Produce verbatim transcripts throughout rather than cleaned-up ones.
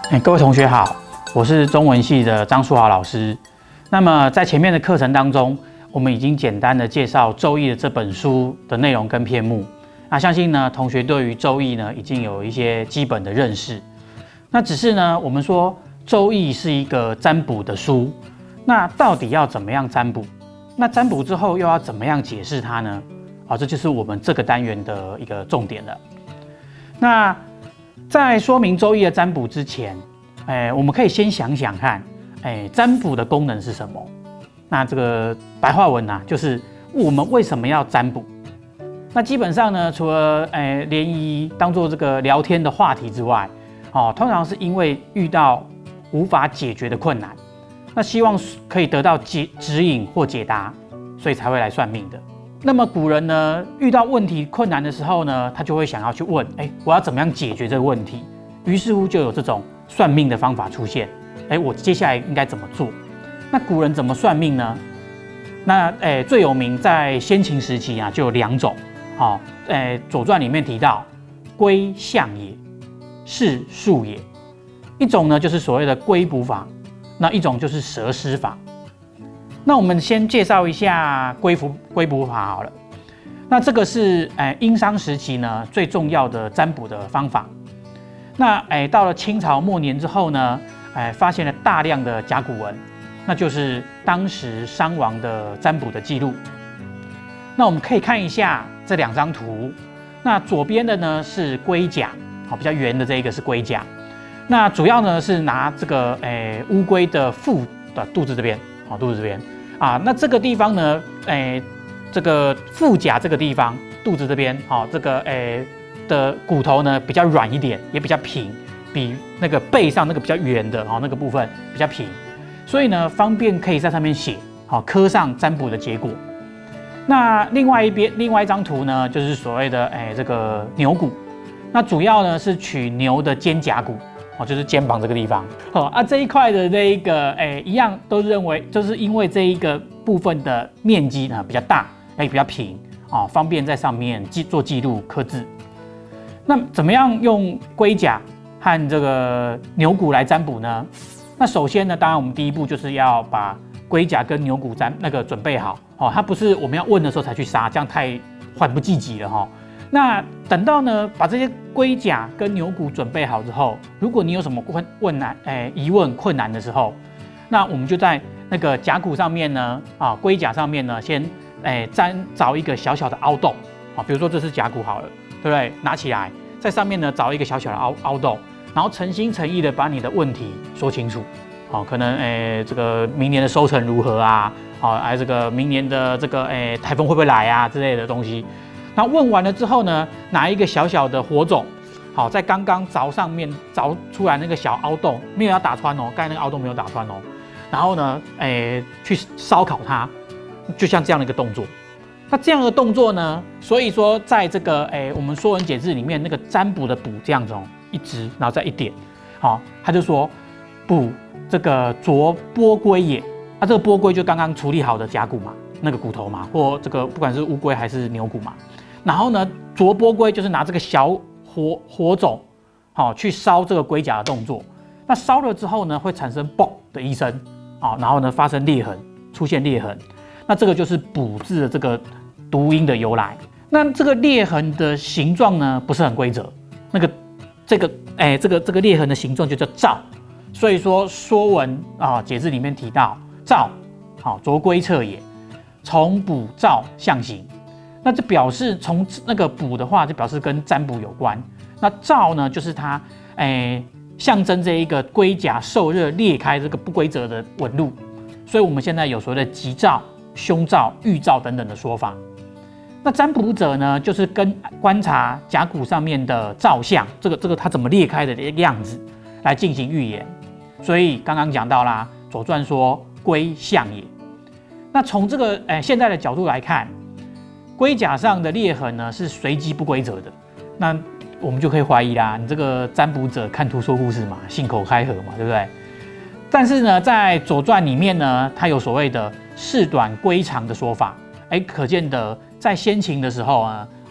哎，各位同学好，我是中文系的张书豪老师。那么在前面的课程当中，我们已经简单的介绍《周易》的这本书的内容跟篇目。那相信呢，同学对于《周易》呢已经有一些基本的认识。那只是呢，我们说《周易》是一个占卜的书，那到底要怎么样占卜？那占卜之后又要怎么样解释它呢？好，这就是我们这个单元的一个重点了。那在说明周易的占卜之前，哎，我们可以先想想看，哎，占卜的功能是什么？那这个白话文啊，就是我们为什么要占卜？那基本上呢，除了哎联谊当做这个聊天的话题之外，哦，通常是因为遇到无法解决的困难，那希望可以得到解指引或解答，所以才会来算命的。那么古人呢，遇到问题困难的时候呢，他就会想要去问，哎，我要怎么样解决这个问题？于是乎就有这种算命的方法出现。哎，我接下来应该怎么做？那古人怎么算命呢？那哎，最有名在先秦时期啊，就有两种。好、哦，哎，《左传》里面提到，龟象也，是术也。一种呢就是所谓的龟卜法，那一种就是蛇师法。那我们先介绍一下龟卜龟卜法好了。那这个是哎殷商时期呢最重要的占卜的方法。那哎到了清朝末年之后呢，哎发现了大量的甲骨文，那就是当时商王的占卜的记录。那我们可以看一下这两张图。那左边的呢是龟甲，好比较圆的这一个是龟甲。那主要呢是拿这个哎乌龟的腹的肚子这边，好肚子这边。啊，那这个地方呢，诶，这个腹甲这个地方，肚子这边，好、哦，这个诶的骨头呢比较软一点，也比较平，比那个背上那个比较圆的，哦，那个部分比较平，所以呢方便可以在上面写，好、哦，刻上占卜的结果。那另外一边，另外一张图呢，就是所谓的诶这个牛骨，那主要呢是取牛的肩胛骨。哦，就是肩膀这个地方，哦啊这一块的这一个，哎，一样都认为，就是因为这一个部分的面积呢比较大，哎比较平，哦，方便在上面记做记录刻字。那怎么样用龟甲和这个牛骨来占卜呢？那首先呢，当然我们第一步就是要把龟甲跟牛骨占那个准备好，哦，它不是我们要问的时候才去杀，这样太缓不济急了哈。哦那等到呢，把这些龟甲跟牛骨准备好之后，如果你有什么困问难、诶疑问困难的时候，那我们就在那个甲骨上面呢，啊龟甲上面呢，先诶粘找一个小小的凹洞，啊，比如说这是甲骨好了，对不对？拿起来，在上面呢找一个小小的凹凹洞，然后诚心诚意的把你的问题说清楚，好、啊，可能诶这个明年的收成如何啊？好、啊，哎这个明年的这个诶台风会不会来啊之类的东西。那问完了之后呢，拿一个小小的火种，好，在刚刚凿上面凿出来那个小凹洞，没有要打穿哦，刚才那个凹洞没有打穿哦。然后呢，诶，去烧烤它，就像这样的一个动作。那这样的动作呢，所以说在这个诶我们说文解字里面那个占卜的卜这样子哦，一支，然后再一点，好，他就说卜这个着剥龟也，那、啊、这个剥龟就刚刚处理好的甲骨嘛，那个骨头嘛，或这个不管是乌龟还是牛骨嘛。然后呢，着剥龟就是拿这个小火火种，好、哦、去烧这个龟甲的动作。那烧了之后呢，会产生嘣的一声，啊、哦，然后呢发生裂痕，出现裂痕。那这个就是卜字的这个读音的由来。那这个裂痕的形状呢，不是很规则。那个这个哎，这个这个裂痕的形状就叫兆。所以说《说文》啊解字里面提到兆，好着龟侧也，从卜兆象形。那这表示从那个卜的话，就表示跟占卜有关。那兆呢，就是它，诶，象征这一个龟甲受热裂开这个不规则的纹路。所以我们现在有所谓的吉兆、凶兆、预兆等等的说法。那占卜者呢，就是跟观察甲骨上面的兆象，这个这个它怎么裂开的样子，来进行预言。所以刚刚讲到啦，《左传》说龟象也。那从这个诶现在的角度来看。龟甲上的裂痕呢是随机不规则的，那我们就可以怀疑啦，你这个占卜者看图说故事嘛，信口开河嘛，对不对？但是呢，在《左传》里面呢，它有所谓的事短龟长的说法，哎，可见得在先秦的时候啊，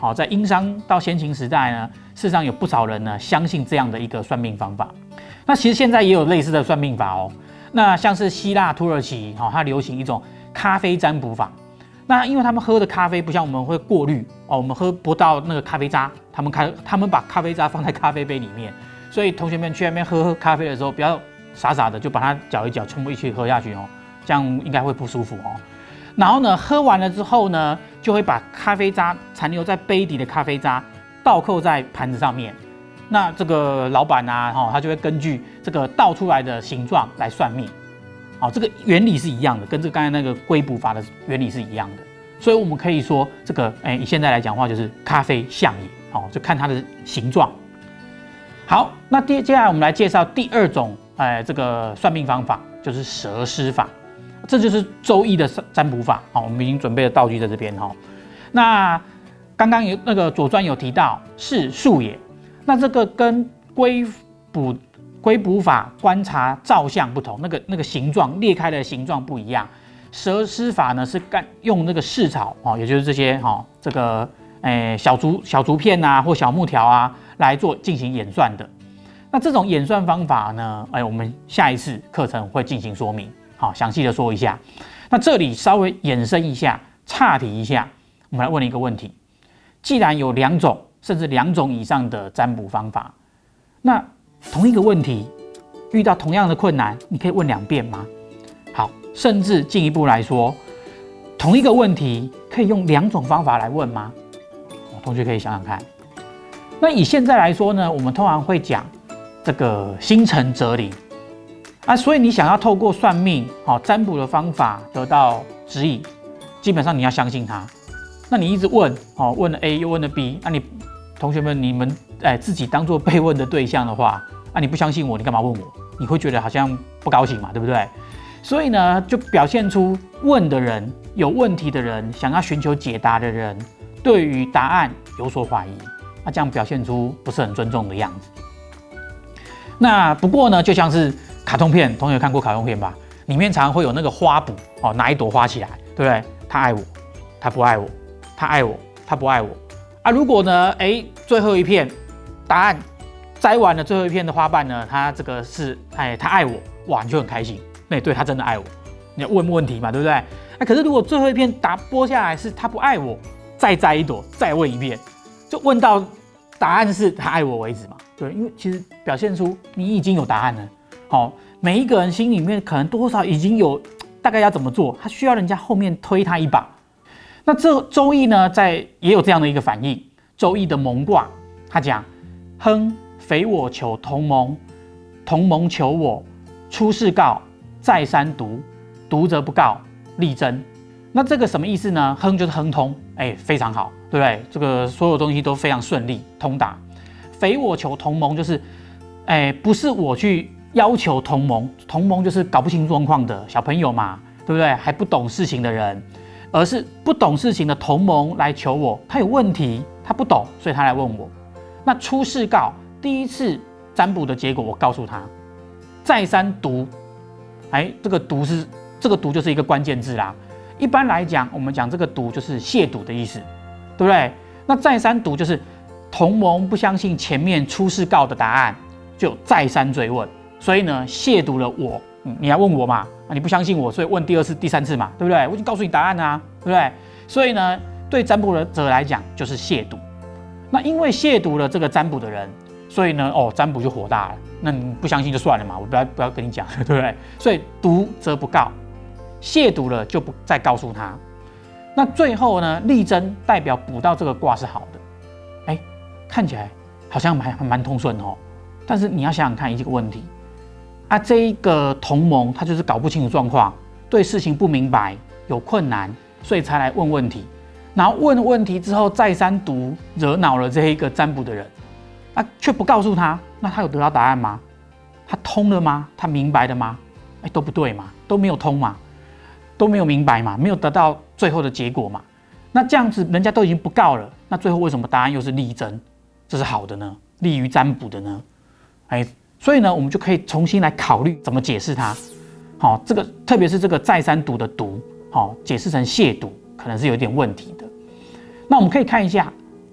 好，在殷商到先秦时代呢，事实上有不少人呢相信这样的一个算命方法。那其实现在也有类似的算命法哦。那像是希腊、土耳其，哦，它流行一种咖啡占卜法。那因为他们喝的咖啡不像我们会过滤哦，我们喝不到那个咖啡渣，他们开他们把咖啡渣放在咖啡杯里面，所以同学们去那边喝喝咖啡的时候，不要傻傻的就把它搅一搅，全部一起喝下去哦，这样应该会不舒服哦。然后呢，喝完了之后呢，就会把咖啡渣残留在杯底的咖啡渣倒扣在盘子上面。那这个老板啊，哦，他就会根据这个倒出来的形状来算命。哦，这个原理是一样的，跟这个刚才那个龟卜法的原理是一样的。所以我们可以说，这个哎，以现在来讲话就是咖啡相也。哦，就看它的形状。好，那接接下来我们来介绍第二种哎这个算命方法，就是蛇师法。这就是周易的占卜法。好，我们已经准备了道具在这边哈。那刚刚有那个《左传》有提到是术也。那这个跟龟卜龟卜法观察照相不同，那个那个形状裂开的形状不一样。蛇师法呢是干用那个蓍草哦，也就是这些哈、哦、这个诶小竹小竹片啊或小木条啊来做进行演算的。那这种演算方法呢，哎，我们下一次课程会进行说明，好，详细的说一下。那这里稍微延伸一下，岔题一下，我们来问一个问题：既然有两种甚至两种以上的占卜方法，那同一个问题遇到同样的困难，你可以问两遍吗？好，甚至进一步来说，同一个问题可以用两种方法来问吗？同学可以想想看。那以现在来说呢，我们通常会讲这个心诚则灵啊，所以你想要透过算命、好占卜的方法得到指引，基本上你要相信它。那你一直问，哦，问了 A 又问了 B， 那、啊、你同学们你们哎自己当做被问的对象的话，啊你不相信我，你干嘛问我？你会觉得好像不高兴嘛，对不对？所以呢，就表现出问的人、有问题的人、想要寻求解答的人，对于答案有所怀疑，那这样表现出不是很尊重的样子。那不过呢，就像是卡通片，同学看过卡通片吧？里面常常会有那个花卜哦，拿一朵花起来，对不对？他爱我，他不爱我，他爱我，他不爱我啊。如果呢，哎，最后一片答案摘完了，最后一片的花瓣呢，他这个是哎，他爱我，哇，你就很开心，那对他真的爱我，你要问问题嘛，对不对？那可是如果最后一片答播下来是他不爱我，再摘一朵，再问一遍，就问到答案是他爱我为止嘛。对，因为其实表现出你已经有答案了。好，每一个人心里面可能多少已经有大概要怎么做，他需要人家后面推他一把。那这周易呢，在也有这样的一个反应。周易的蒙卦，他讲：亨，匪我求同盟，同盟求我，出世告，再三读，读则不告，力争。那这个什么意思呢？亨就是亨通，哎，非常好，对不对？这个所有东西都非常顺利通达。匪我求同盟，就是，哎，不是我去要求同盟，同盟就是搞不清状况的小朋友嘛，对不对？还不懂事情的人，而是不懂事情的同盟来求我，他有问题，他不懂，所以他来问我。那出世告，第一次占卜的结果我告诉他，再三读，哎，这个读是这个读就是一个关键字啦。一般来讲，我们讲这个读就是亵渎的意思，对不对？那再三读就是同盟不相信前面出世告的答案，就再三追问，所以呢亵渎了我，你来问我嘛，你不相信我，所以问第二次、第三次嘛，对不对？我已经告诉你答案啊，对不对？所以呢，对占卜者来讲就是亵渎。那因为亵渎了这个占卜的人，所以呢，哦，占卜就火大了。那你不相信就算了嘛，我不要不要跟你讲，对不对？所以读则不告，亵渎了就不再告诉他。那最后呢，力争代表卜到这个卦是好的，哎，看起来好像蛮蛮通顺哦。但是你要想想看一个问题啊，这一个同盟他就是搞不清楚状况，对事情不明白，有困难，所以才来问问题。然后问问题之后再三读，惹恼了这一个占卜的人，啊，却不告诉他，那他有得到答案吗？他通了吗？他明白了吗？哎，都不对嘛，都没有通嘛，都没有明白嘛，没有得到最后的结果嘛。那这样子人家都已经不告了，那最后为什么答案又是力争？这是好的呢，利于占卜的呢？哎，所以呢，我们就可以重新来考虑怎么解释它。好，这个特别是这个再三读的读，好，解释成亵渎，可能是有点问题的。那我们可以看一下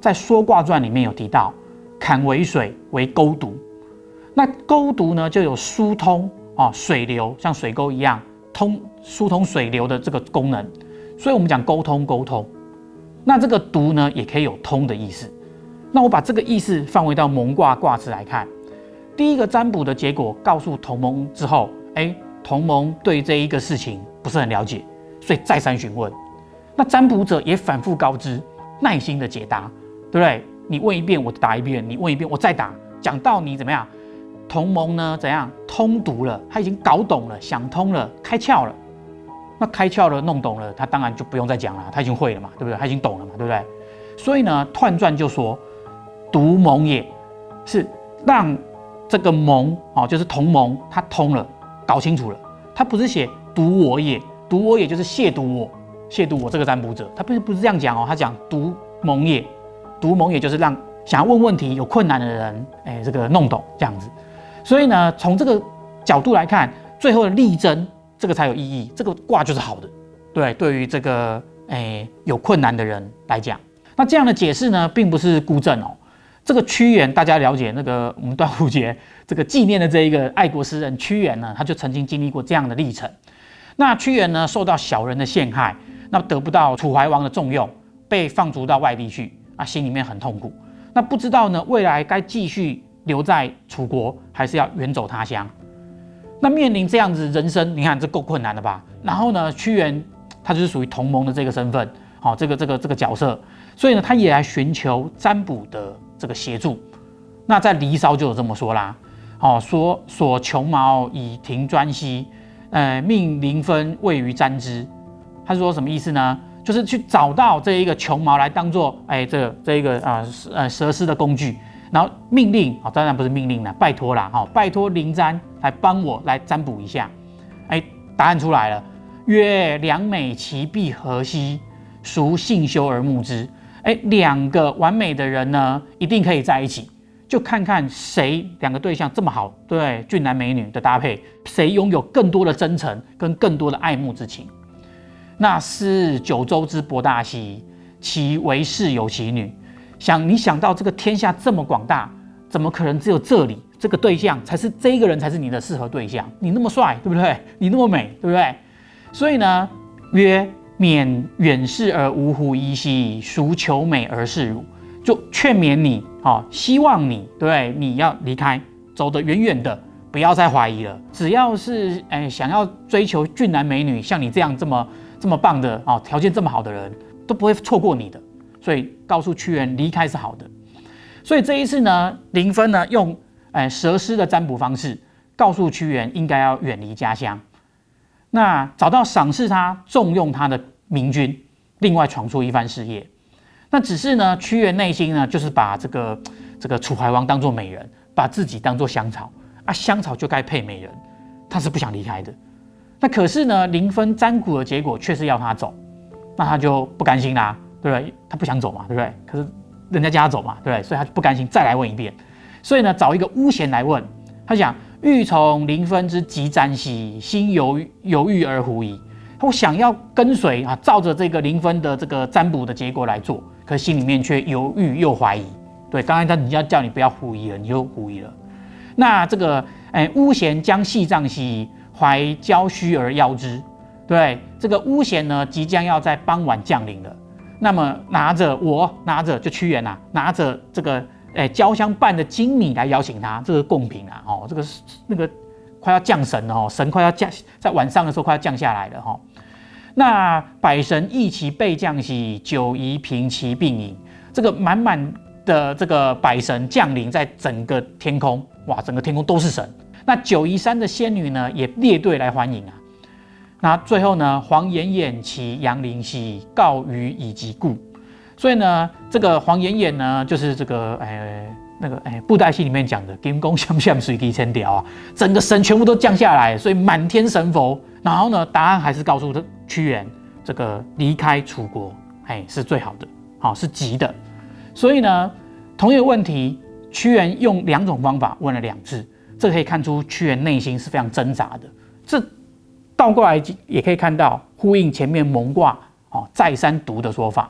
在说卦传里面有提到，坎为水为沟渎，那沟渎呢就有疏通啊水流，像水沟一样通疏通水流的这个功能，所以我们讲沟通沟通。那这个渎呢也可以有通的意思。那我把这个意思放回到蒙卦卦辞来看，第一个占卜的结果告诉同盟之后，哎，同盟对这一个事情不是很了解，所以再三询问。那占卜者也反复告知，耐心的解答，对不对？你问一遍我答一遍，你问一遍我再答，讲到你怎么样？同盟呢怎样通读了？他已经搞懂了，想通了，开窍了。那开窍了，弄懂了，他当然就不用再讲了，他已经会了嘛，对不对？他已经懂了嘛，对不对？所以呢，彖传就说，读盟也是让这个盟哦，就是同盟，他通了，搞清楚了。他不是写读我也，读我也就是亵渎我。亵渎我这个占卜者，他不是不是这样讲哦，他讲读盟也，读盟也就是让想要问问题有困难的人，哎，这个弄懂这样子。所以呢，从这个角度来看，最后的力争这个才有意义，这个卦就是好的，对，对于这个哎有困难的人来讲，那这样的解释呢，并不是孤证哦。这个屈原，大家了解那个我们端午节这个纪念的这一个爱国诗人屈原呢，他就曾经经历过这样的历程。那屈原呢，受到小人的陷害。那得不到楚怀王的重用，被放逐到外地去啊，心里面很痛苦。那不知道呢，未来该继续留在楚国，还是要远走他乡？那面临这样子人生，你看这够困难的吧？然后呢，屈原他就是属于同盟的这个身份，好、哦，这个这个这个角色，所以呢，他也来寻求占卜的这个协助。那在《离骚》就有这么说啦，哦，说所穷毛以停专兮，呃，命临分位于占之。他说什么意思呢？就是去找到这一个穷毛来当做哎这个这一个啊呃蛇师的工具，然后命令啊、哦，当然不是命令啦，拜托啦哈、哦，拜托灵占来帮我来占卜一下。哎，答案出来了，曰良美其必合兮，孰幸修而慕之？哎，两个完美的人呢，一定可以在一起，就看看谁两个对象这么好，对，俊男美女的搭配，谁拥有更多的真诚跟更多的爱慕之情。那是九州之博大兮，其为士有其女。想你想到这个天下这么广大，怎么可能只有这里这个对象才是这一个人才是你的适合对象？你那么帅，对不对？你那么美，对不对？所以呢，曰免远视而无狐疑兮，孰求美而视汝？就劝勉你，哦，希望你对你要离开，走得远远的，不要再怀疑了。只要是哎想要追求俊男美女，像你这样这么。这么棒的啊，条件这么好的人都不会错过你的，所以告诉屈原离开是好的。所以这一次呢，临分呢用哎蛇师的占卜方式，告诉屈原应该要远离家乡，那找到赏识他、重用他的明君，另外闯出一番事业。那只是呢，屈原内心呢就是把这个这个楚怀王当作美人，把自己当作香草啊，香草就该配美人，他是不想离开的。那可是呢，临分占卜的结果却是要他走，那他就不甘心啦，对不对？他不想走嘛，对不对？可是人家叫他走嘛，对不对？所以他就不甘心，再来问一遍。所以呢，找一个巫贤来问，他讲：欲从临分之极占兮，心犹犹豫而狐疑。我想要跟随啊，照着这个临分的这个占卜的结果来做，可心里面却犹豫又怀疑。对，刚才他人家叫你不要狐疑了，你就狐疑了。那这个哎，巫贤将系杖兮。怀焦须而邀之，对，这个巫贤呢，即将要在傍晚降临了。那么拿着我拿着就屈原啊，拿着这个诶焦香拌的精米来邀请他，这个贡品啊，哦，这个那个快要降神了哦，神快要降，在晚上的时候快要降下来了哈、哦。那百神异其备降兮，久宜平其病饮。这个满满的这个百神降临在整个天空，哇，整个天空都是神。那九夷山的仙女呢，也列队来欢迎啊。那最后呢，黄妍妍其杨陵兮，告余以及故。所以呢，这个黄妍妍呢，就是这个哎那个哎布袋戏里面讲的金宫相向水滴千条啊，整个神全部都降下来，所以满天神佛。然后呢，答案还是告诉屈原，这个离开楚国，哎是最好的，好、哦、是吉的。所以呢，同一个问题，屈原用两种方法问了两次。这可以看出屈原内心是非常挣扎的。这倒过来也可以看到呼应前面蒙卦哦再三读的说法。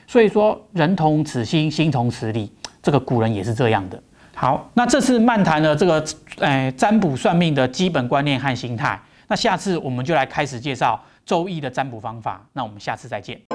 所以说人同此心，心同此理，这个古人也是这样的。好，那这次漫谈了这个呃占卜算命的基本观念和心态。那下次我们就来开始介绍周易的占卜方法。那我们下次再见。